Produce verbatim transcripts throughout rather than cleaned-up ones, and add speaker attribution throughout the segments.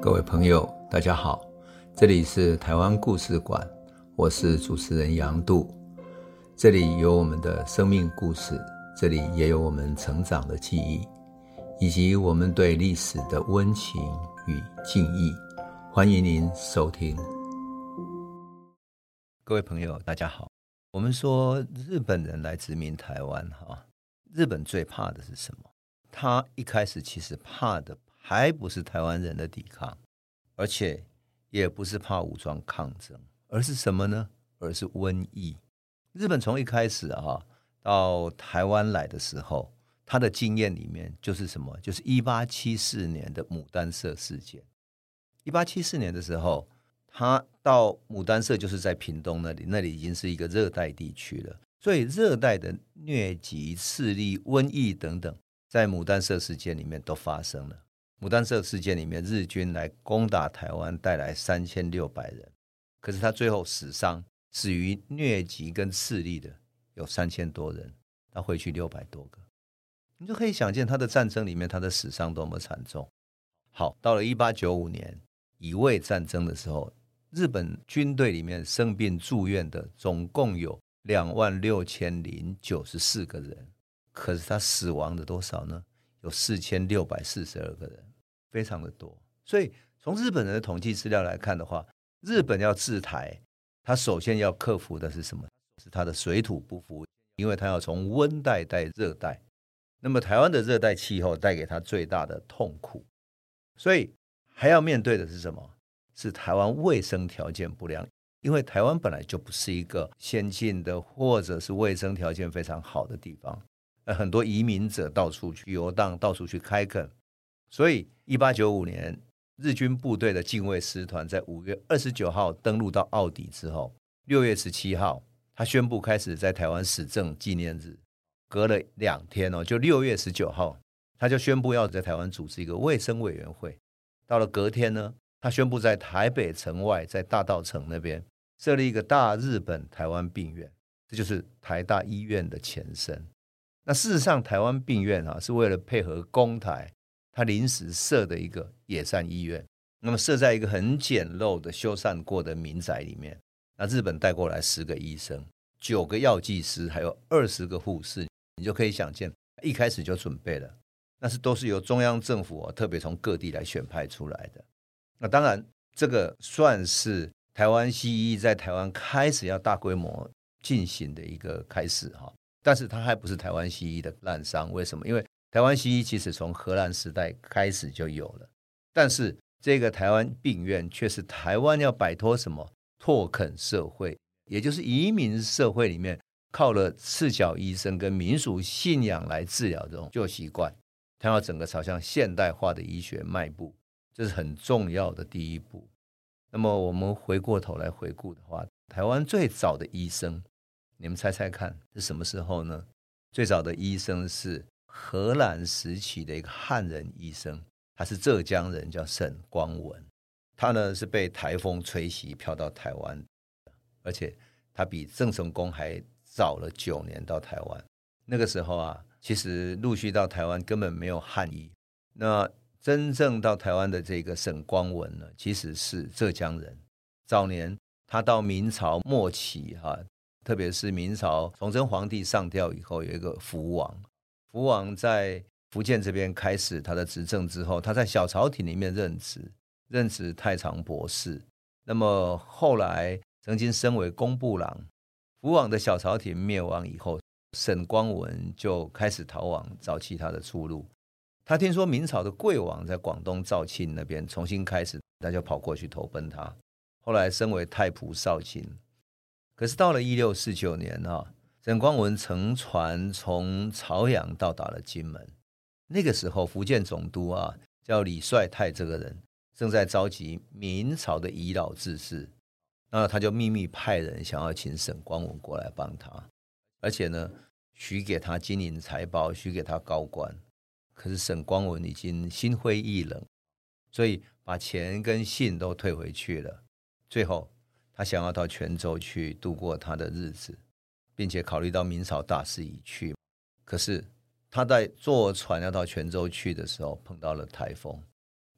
Speaker 1: 各位朋友大家好，这里是台湾故事馆，我是主持人杨度。这里有我们的生命故事，这里也有我们成长的记忆，以及我们对历史的温情与敬意。欢迎您收听。各位朋友大家好，我们说日本人来殖民台湾，日本最怕的是什么？他一开始其实怕的还不是台湾人的抵抗，而且也不是怕武装抗争，而是什么呢？而是瘟疫。日本从一开始啊到台湾来的时候，他的经验里面就是什么？就是一八七四年的牡丹社事件。一八七四年的时候，他到牡丹社就是在屏东那里，那里已经是一个热带地区了，所以热带的疟疾、刺痢、瘟疫等等，在牡丹社事件里面都发生了。牡丹社事件里面，日军来攻打台湾，带来三千六百人，可是他最后死伤，死于疟疾跟刺痢的有三千多人，他回去六百多个。你就可以想见他的战争里面他的死伤多么惨重。好，到了一八九五年乙未战争的时候，日本军队里面生病住院的总共有两万六千零九十四个人，可是他死亡的多少呢？有四千六百四十二个人，非常的多。所以从日本人的统计资料来看的话，日本要治台，他首先要克服的是什么？是他的水土不服，因为他要从温带带热带，那么台湾的热带气候带给他最大的痛苦，所以还要面对的是什么？是台湾卫生条件不良，因为台湾本来就不是一个先进的或者是卫生条件非常好的地方，很多移民者到处去游荡，到处去开垦，所以一八九五年日军部队的近卫师团在五月二十九号登陆到澳底之后，六月十七号他宣布开始在台湾始政纪念日，隔了两天哦，就六月十九号他就宣布要在台湾组织一个卫生委员会。到了隔天呢，他宣布在台北城外，在大稻埕那边设立一个大日本台湾病院，这就是台大医院的前身。那事实上台湾病院啊，是为了配合攻台，他临时设的一个野战医院，那么设在一个很简陋的修缮过的民宅里面。那日本带过来十个医生，九个药剂师，还有二十个护士，你就可以想见一开始就准备了，那是都是由中央政府、啊、特别从各地来选派出来的。那当然这个算是台湾西医在台湾开始要大规模进行的一个开始哈，但是它还不是台湾西医的滥觞。为什么？因为台湾西医其实从荷兰时代开始就有了，但是这个台湾病院却是台湾要摆脱什么拓垦社会，也就是移民社会里面靠了赤脚医生跟民俗信仰来治疗这种旧习惯，它要整个朝向现代化的医学迈步，这是很重要的第一步。那么我们回过头来回顾的话，台湾最早的医生，你们猜猜看是什么时候呢？最早的医生是荷兰时期的一个汉人医生，他是浙江人，叫沈光文。他呢是被台风吹袭飘到台湾，而且他比郑成功还早了九年到台湾。那个时候啊，其实陆续到台湾根本没有汉医，那真正到台湾的这个沈光文呢，其实是浙江人。早年他到明朝末期哈、啊，特别是明朝崇祯皇帝上吊以后，有一个福王，福王在福建这边开始他的执政之后，他在小朝廷里面任职，任职太常博士。那么后来曾经升为工部郎。福王的小朝廷灭亡以后，沈光文就开始逃亡，找其他的出路。他听说明朝的贵王在广东肇庆那边重新开始，他就跑过去投奔他，后来升为太仆少卿。可是到了一六四九年、啊、沈光文乘船从潮阳到达了金门。那个时候福建总督啊叫李帅泰，这个人正在召集明朝的遗老志士，那他就秘密派人想要请沈光文过来帮他，而且呢许给他金银财宝，许给他高官。可是沈光文已经心灰意冷，所以把钱跟信都退回去了。最后他想要到泉州去度过他的日子，并且考虑到明朝大势已去。可是他在坐船要到泉州去的时候碰到了台风，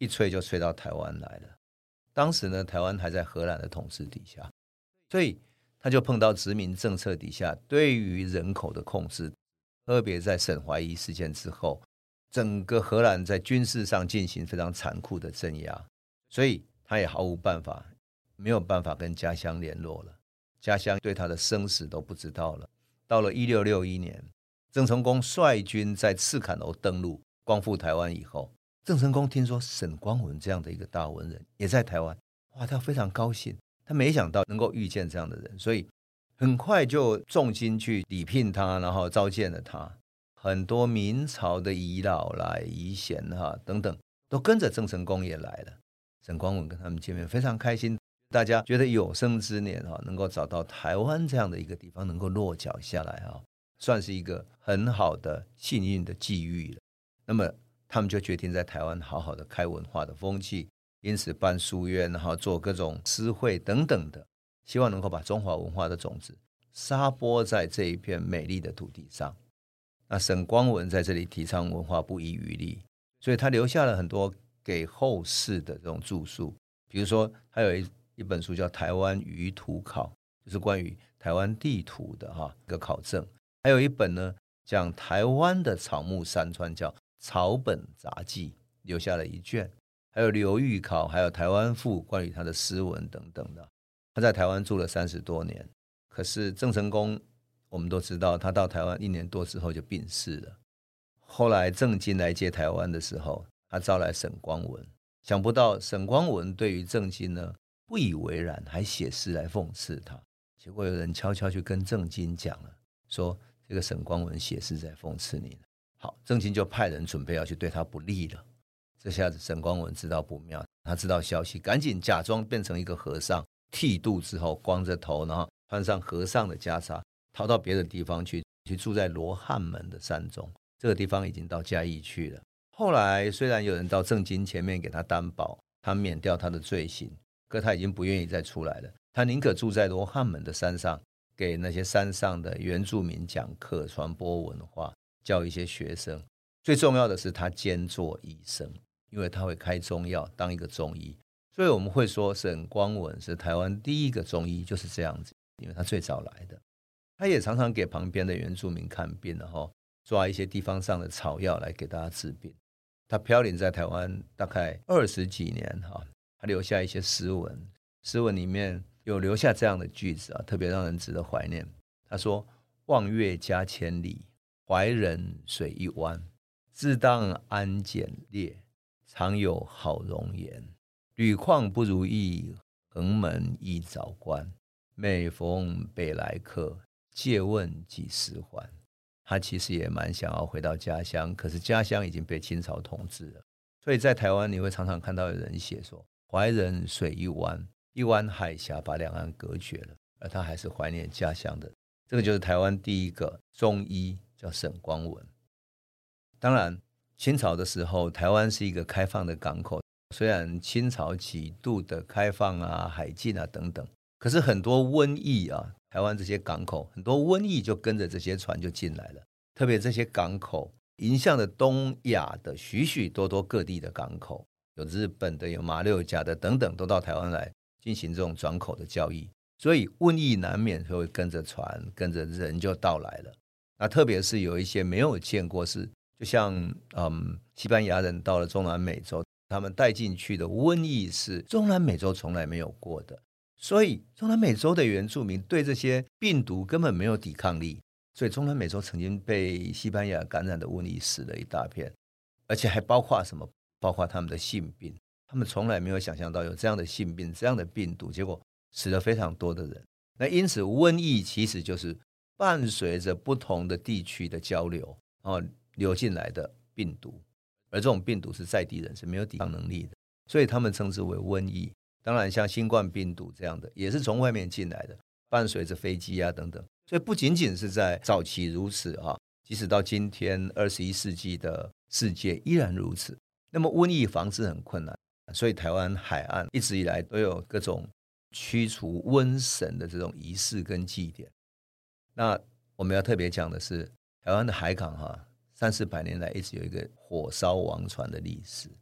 Speaker 1: 一吹就吹到台湾来了。当时呢，台湾还在荷兰的统治底下，所以他就碰到殖民政策底下对于人口的控制，特别在沈怀疑事件之后，整个荷兰在军事上进行非常残酷的镇压，所以他也毫无办法，没有办法跟家乡联络了，家乡对他的生死都不知道了。到了一六六一年，郑成功率军在赤坎楼登陆，光复台湾以后，郑成功听说沈光文这样的一个大文人也在台湾，哇，他非常高兴，他没想到能够遇见这样的人，所以很快就重金去礼聘他，然后召见了他。很多明朝的遗老啦、遗贤哈等等，都跟着郑成功也来了。沈光文跟他们见面非常开心，大家觉得有生之年哈能够找到台湾这样的一个地方，能够落脚下来哈，算是一个很好的幸运的际遇了。那么他们就决定在台湾好好的开文化的风气，因此办书院，然后做各种诗会等等的，希望能够把中华文化的种子撒播在这一片美丽的土地上。那沈光文在这里提倡文化不遗余力，所以他留下了很多给后世的这种著述，比如说他有 一, 一本书叫《台湾舆图考》，就是关于台湾地图的哈一个考证，还有一本呢讲台湾的草木山川，叫《草本杂记》，留下了一卷，还有刘玉考，还有台湾赋，关于他的诗文等等的。他在台湾住了三十多年，可是郑成功我们都知道，他到台湾一年多之后就病逝了。后来郑经来接台湾的时候，他招来沈光文，想不到沈光文对于郑经呢不以为然，还写诗来讽刺他。结果有人悄悄去跟郑经讲了，说这个沈光文写诗在讽刺你了。好，郑经就派人准备要去对他不利了。这下子沈光文知道不妙，他知道消息，赶紧假装变成一个和尚，剃度之后光着头，然后穿上和尚的袈裟，逃到别的地方去，去住在罗汉门的山中。这个地方已经到嘉义去了。后来虽然有人到郑经前面给他担保，他免掉他的罪行，可他已经不愿意再出来了。他宁可住在罗汉门的山上，给那些山上的原住民讲课，传播文化，教一些学生。最重要的是他兼做医生，因为他会开中药，当一个中医。所以我们会说沈光文是台湾第一个中医，就是这样子，因为他最早来的。他也常常给旁边的原住民看病，然后抓一些地方上的草药来给大家治病。他飘零在台湾大概二十几年，他留下一些诗文，诗文里面有留下这样的句子，特别让人值得怀念。他说：望月家千里，怀人水一湾，自当安简烈，常有好容颜。屡况不如意，横门易早关。每逢北来客，借问几时还。他其实也蛮想要回到家乡，可是家乡已经被清朝统治了，所以在台湾你会常常看到有人写说怀人水一湾，一湾海峡把两岸隔绝了，而他还是怀念家乡的。这个就是台湾第一个中医，叫沈光文。当然清朝的时候台湾是一个开放的港口，虽然清朝几度的开放啊、海禁啊等等，可是很多瘟疫啊，台湾这些港口很多瘟疫就跟着这些船就进来了。特别这些港口迎向了东亚的许许多多各地的港口，有日本的，有马六甲的等等，都到台湾来进行这种转口的交易，所以瘟疫难免会跟着船跟着人就到来了。那特别是有一些没有见过，是就像嗯，西班牙人到了中南美洲，他们带进去的瘟疫是中南美洲从来没有过的，所以中南美洲的原住民对这些病毒根本没有抵抗力，所以中南美洲曾经被西班牙感染的瘟疫死了一大片，而且还包括什么？包括他们的性病，他们从来没有想象到有这样的性病，这样的病毒，结果死了非常多的人。那因此瘟疫其实就是伴随着不同的地区的交流，然后流进来的病毒，而这种病毒是在地人是没有抵抗能力的，所以他们称之为瘟疫。当然像新冠病毒这样的也是从外面进来的，伴随着飞机啊等等，所以不仅仅是在早期如此啊，即使到今天二十一世纪的世界依然如此。那么瘟疫防治很困难，所以台湾海岸一直以来都有各种驱除瘟神的这种仪式跟祭典。那我们要特别讲的是台湾的海港哈，三四百年来一直有一个火烧王船的历史，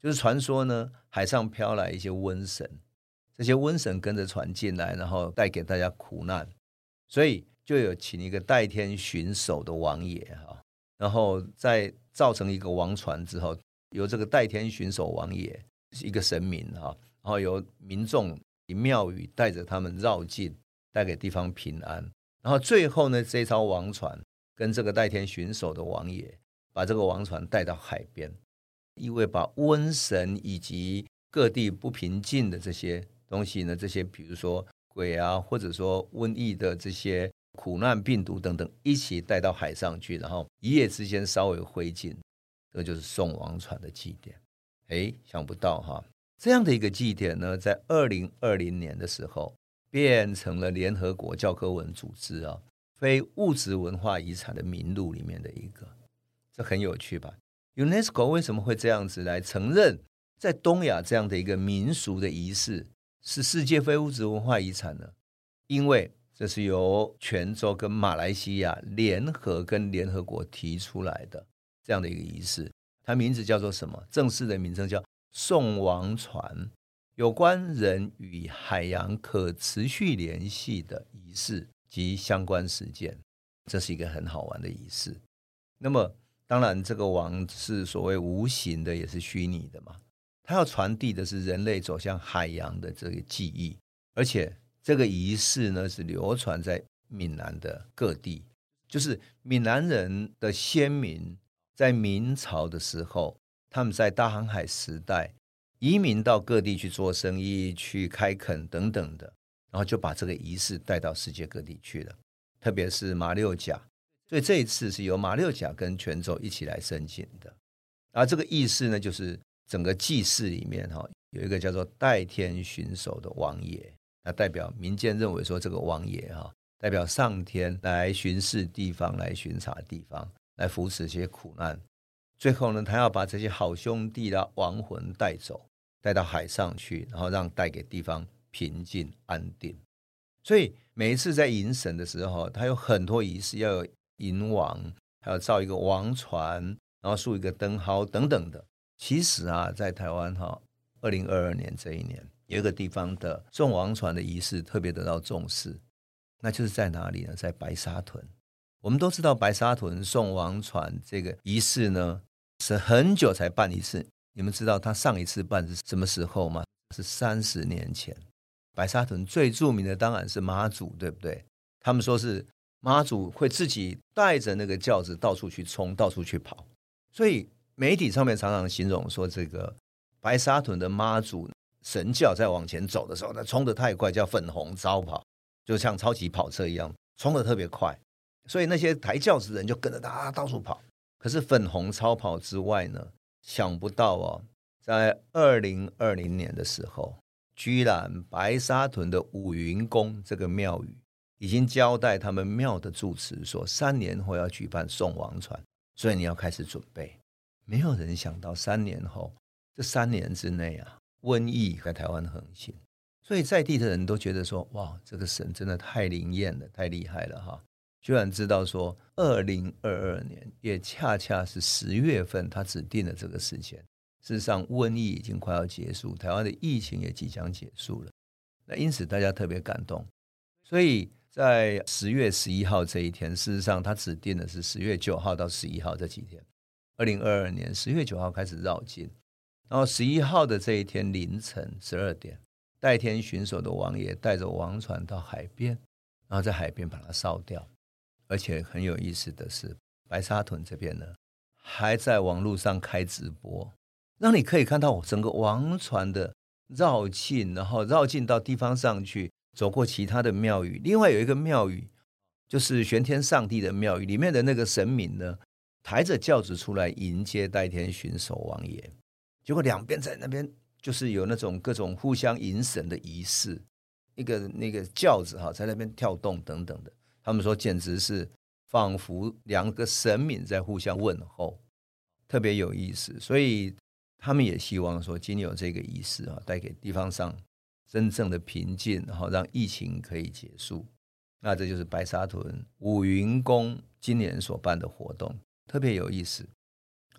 Speaker 1: 就是传说呢，海上飘来一些瘟神，这些瘟神跟着船进来，然后带给大家苦难，所以就有请一个代天巡守的王爷哈，然后再造成一个王船之后，由这个代天巡守王爷一个神明哈，然后由民众以庙宇带着他们绕境，带给地方平安。然后最后呢，这艘王船跟这个代天巡守的王爷把这个王船带到海边，因为把瘟神以及各地不平静的这些东西呢，这些比如说鬼啊，或者说瘟疫的这些苦难病毒等等，一起带到海上去，然后一夜之间稍微灰烬，这个就是送王船的祭典。诶，想不到哈，这样的一个祭典呢，在二零二零年的时候变成了联合国教科文组织啊非物质文化遗产的名录里面的一个，这很有趣吧？ UNESCO 为什么会这样子来承认在东亚这样的一个民俗的仪式是世界非物质文化遗产呢？因为这是由泉州跟马来西亚联合跟联合国提出来的这样的一个仪式，它名字叫做什么？正式的名称叫送王船，有关人与海洋可持续联系的仪式及相关实践，这是一个很好玩的仪式。那么当然这个王是所谓无形的，也是虚拟的嘛，它要传递的是人类走向海洋的这个记忆，而且这个仪式呢是流传在闽南的各地，就是闽南人的先民在明朝的时候，他们在大航海时代移民到各地去做生意，去开垦等等的，然后就把这个仪式带到世界各地去了，特别是马六甲，所以这一次是由马六甲跟泉州一起来申请的。而这个仪式呢，就是整个祭祀里面有一个叫做代天巡守的王爷，那代表民间认为说这个王爷代表上天来巡视地方，来巡查地方，来扶持这些苦难。最后呢，他要把这些好兄弟的亡魂带走，带到海上去，然后让带给地方平静安定。所以每一次在迎神的时候，他有很多仪式，要有迎王，还要造一个王船，然后竖一个灯号等等的。其实啊，在台湾哈，二零二二年这一年，有一个地方的送王船的仪式特别得到重视，那就是在哪里呢？在白沙屯。我们都知道白沙屯送王船这个仪式呢，是很久才办一次。你们知道他上一次办是什么时候吗？是三十年前。白沙屯最著名的当然是妈祖，对不对？他们说是妈祖会自己带着那个轿子到处去冲，到处去跑。所以媒体上面常常形容说，这个白沙屯的妈祖神轿在往前走的时候，它冲得太快，叫粉红超跑，就像超级跑车一样，冲得特别快。所以那些抬轿子的人就跟着他到处跑。可是粉红超跑之外呢，想不到哦，在二零二零年的时候，居然白沙屯的五云宫这个庙宇已经交代他们庙的住持说，三年后要举办送王船，所以你要开始准备。没有人想到三年后，这三年之内啊，瘟疫在台湾横行，所以在地的人都觉得说，哇，这个神真的太灵验了，太厉害了哈！居然知道说二零二二年也恰恰是十月份他指定的这个时间，事实上瘟疫已经快要结束，台湾的疫情也即将结束了，那因此大家特别感动。所以在十月十一号这一天，事实上他指定的是十月九号到十一号这几天，二零二二年十月九号开始绕境，然后十一号的这一天凌晨十二点，代天巡守的王爷带着王船到海边，然后在海边把它烧掉。而且很有意思的是，白沙屯这边呢还在网络上开直播，让你可以看到整个王船的绕境，然后绕境到地方上去，走过其他的庙宇。另外有一个庙宇就是玄天上帝的庙宇，里面的那个神明呢抬着轿子出来迎接代天巡守王爷，结果两边在那边就是有那种各种互相迎神的仪式，一个那个轿子在那边跳动等等的，他们说简直是仿佛两个神明在互相问候，特别有意思。所以他们也希望说经由这个仪式带给地方上真正的平静，然后让疫情可以结束。那这就是白沙屯五云宫今年所办的活动，特别有意思。好，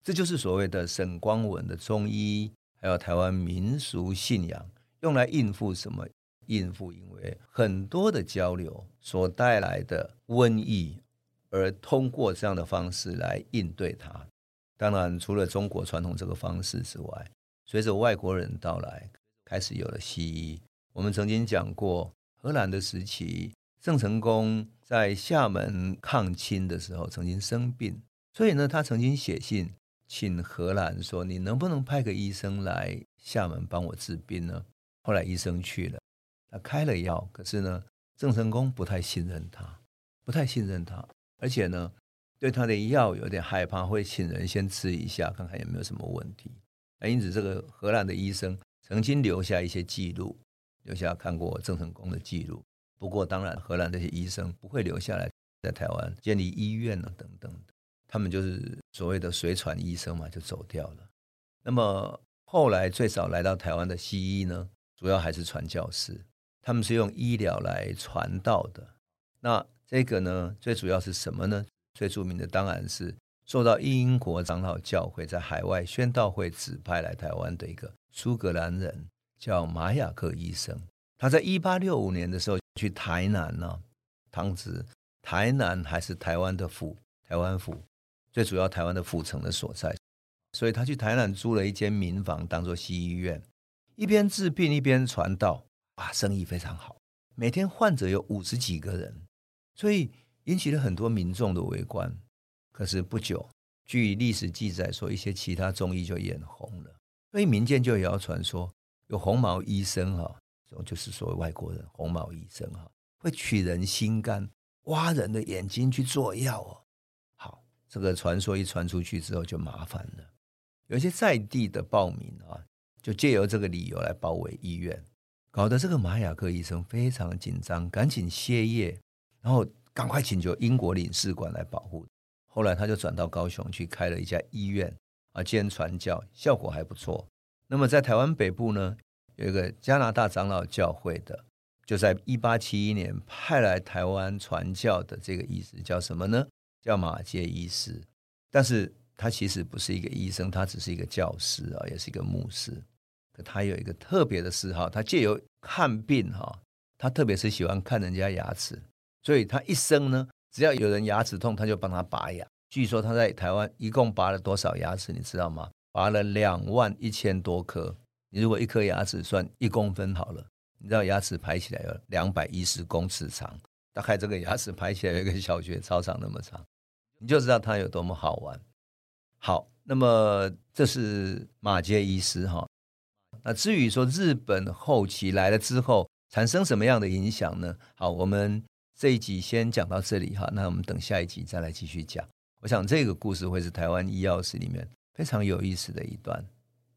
Speaker 1: 这就是所谓的沈光文的中医，还有台湾民俗信仰，用来应付什么？应付因为很多的交流所带来的瘟疫，而通过这样的方式来应对它。当然除了中国传统这个方式之外，随着外国人到来，开始有了西医。我们曾经讲过荷兰的时期，郑成功在厦门抗清的时候曾经生病，所以呢他曾经写信请荷兰说，你能不能派个医生来厦门帮我治病呢？后来医生去了，他开了药，可是呢郑成功不太信任他，不太信任他，而且呢对他的药有点害怕，会请人先吃一下看看有没有什么问题。那因此这个荷兰的医生曾经留下一些记录，留下看过郑成功的记录。不过当然荷兰这些医生不会留下来在台湾建立医院啊等等的，他们就是所谓的随传医生嘛，就走掉了。那么后来最早来到台湾的西医呢，主要还是传教士，他们是用医疗来传道的。那这个呢最主要是什么呢？最著名的当然是受到英国长老教会在海外宣道会指派来台湾的一个苏格兰人，叫马雅克医生。他在一八六五年的时候去台南呢、啊，当时台南还是台湾的府，台湾府最主要台湾的府城的所在，所以他去台南租了一间民房当作西医院，一边治病一边传道，哇，生意非常好，每天患者有五十几个人，所以引起了很多民众的围观。可是不久，据历史记载说，一些其他中医就眼红了，所以民间就谣传说有红毛医生哈，这种就是所谓外国人红毛医生哈，会取人心肝，挖人的眼睛去做药哦。好，这个传说一传出去之后就麻烦了，有一些在地的暴民啊，就借由这个理由来包围医院，搞得这个马雅克医生非常紧张，赶紧歇业，然后赶快请求英国领事馆来保护。后来他就转到高雄去开了一家医院啊，兼传教，效果还不错。那么在台湾北部呢，有一个加拿大长老教会的，就在一八七一年派来台湾传教的这个医师叫什么呢？叫马偕医师。但是他其实不是一个医生，他只是一个教师啊，也是一个牧师。可他有一个特别的嗜好，他借由看病哈，他特别是喜欢看人家牙齿，所以他一生呢，只要有人牙齿痛，他就帮他拔牙。据说他在台湾一共拔了多少牙齿你知道吗？拔了两万一千多颗。你如果一颗牙齿算一公分好了，你知道牙齿排起来有两百一十公尺长，大概这个牙齿排起来有一个小学操场那么长，你就知道它有多么好玩。好，那么这是马偕医师哈。那至于说日本后期来了之后产生什么样的影响呢？好，我们这一集先讲到这里哈，那我们等下一集再来继续讲。我想这个故事会是台湾医药史里面非常有意思的一段。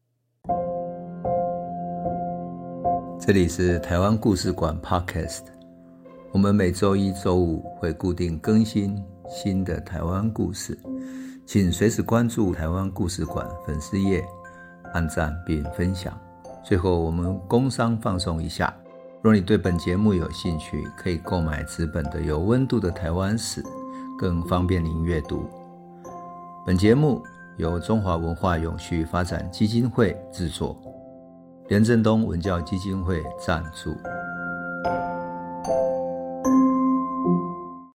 Speaker 1: 这里是台湾故事馆 Podcast， 我们每周一周五会固定更新新的台湾故事，请随时关注台湾故事馆粉丝页，按赞并分享。最后我们工商放送一下，若你对本节目有兴趣，可以购买纸本的有温度的台湾史，更方便您阅读。本节目由中华文化永续发展基金会制作，连震东文教基金会赞助。